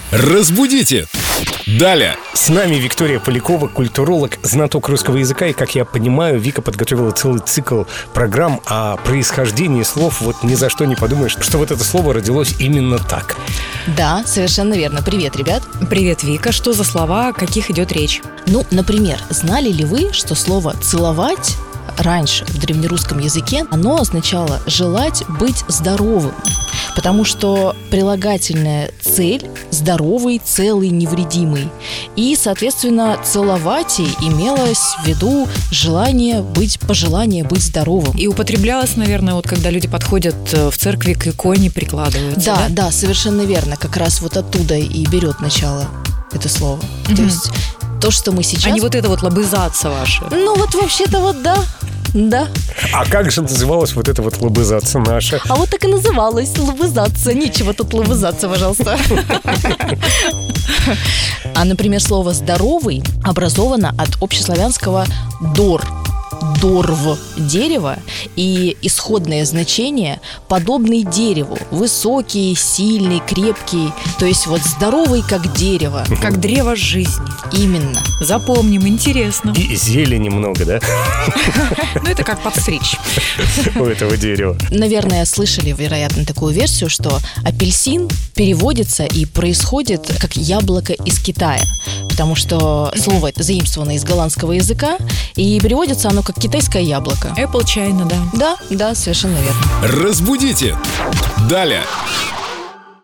Разбудите! Далее! С нами Виктория Полякова, культуролог, знаток русского языка. И, как я понимаю, Вика подготовила целый цикл программ о происхождении слов. Вот ни за что не подумаешь, что вот это слово родилось именно так. Да, совершенно верно. Привет, ребят. Привет, Вика. Что за слова, о каких идет речь? Ну, например, знали ли вы, что слово «целовать» раньше в древнерусском языке, оно означало «желать быть здоровым», потому что прилагательная «цель» – здоровый, целый, невредимый. И, соответственно, «целовать» имелось в виду пожелание быть здоровым. И употреблялось, наверное, вот когда люди подходят в церкви к иконе, прикладываются. Да, совершенно верно. Как раз вот оттуда и берет начало это слово. То есть то, что мы сейчас... А не вот это вот лобызаться ваше. Ну вот вообще-то вот да. А как же называлась вот эта вот лобызаться наша? А вот так и называлась лобызаться. Нечего тут лобызаться, пожалуйста. А, например, слово «здоровый» образовано от общеславянского «дор». Дорв – дерево, и исходное значение – подобный дереву, высокий, сильный, крепкий, то есть вот здоровый, как дерево. Как древо жизни. Именно. Запомним, интересно. И зелени много, да, Ну, это как подстричь. у этого дерева? Наверное, слышали, вероятно, такую версию, что апельсин переводится и происходит как яблоко из Китая, потому что слово это заимствовано из голландского языка, и переводится оно как китайское яблоко. Apple China, да. Да, совершенно верно. Разбудите! Далее!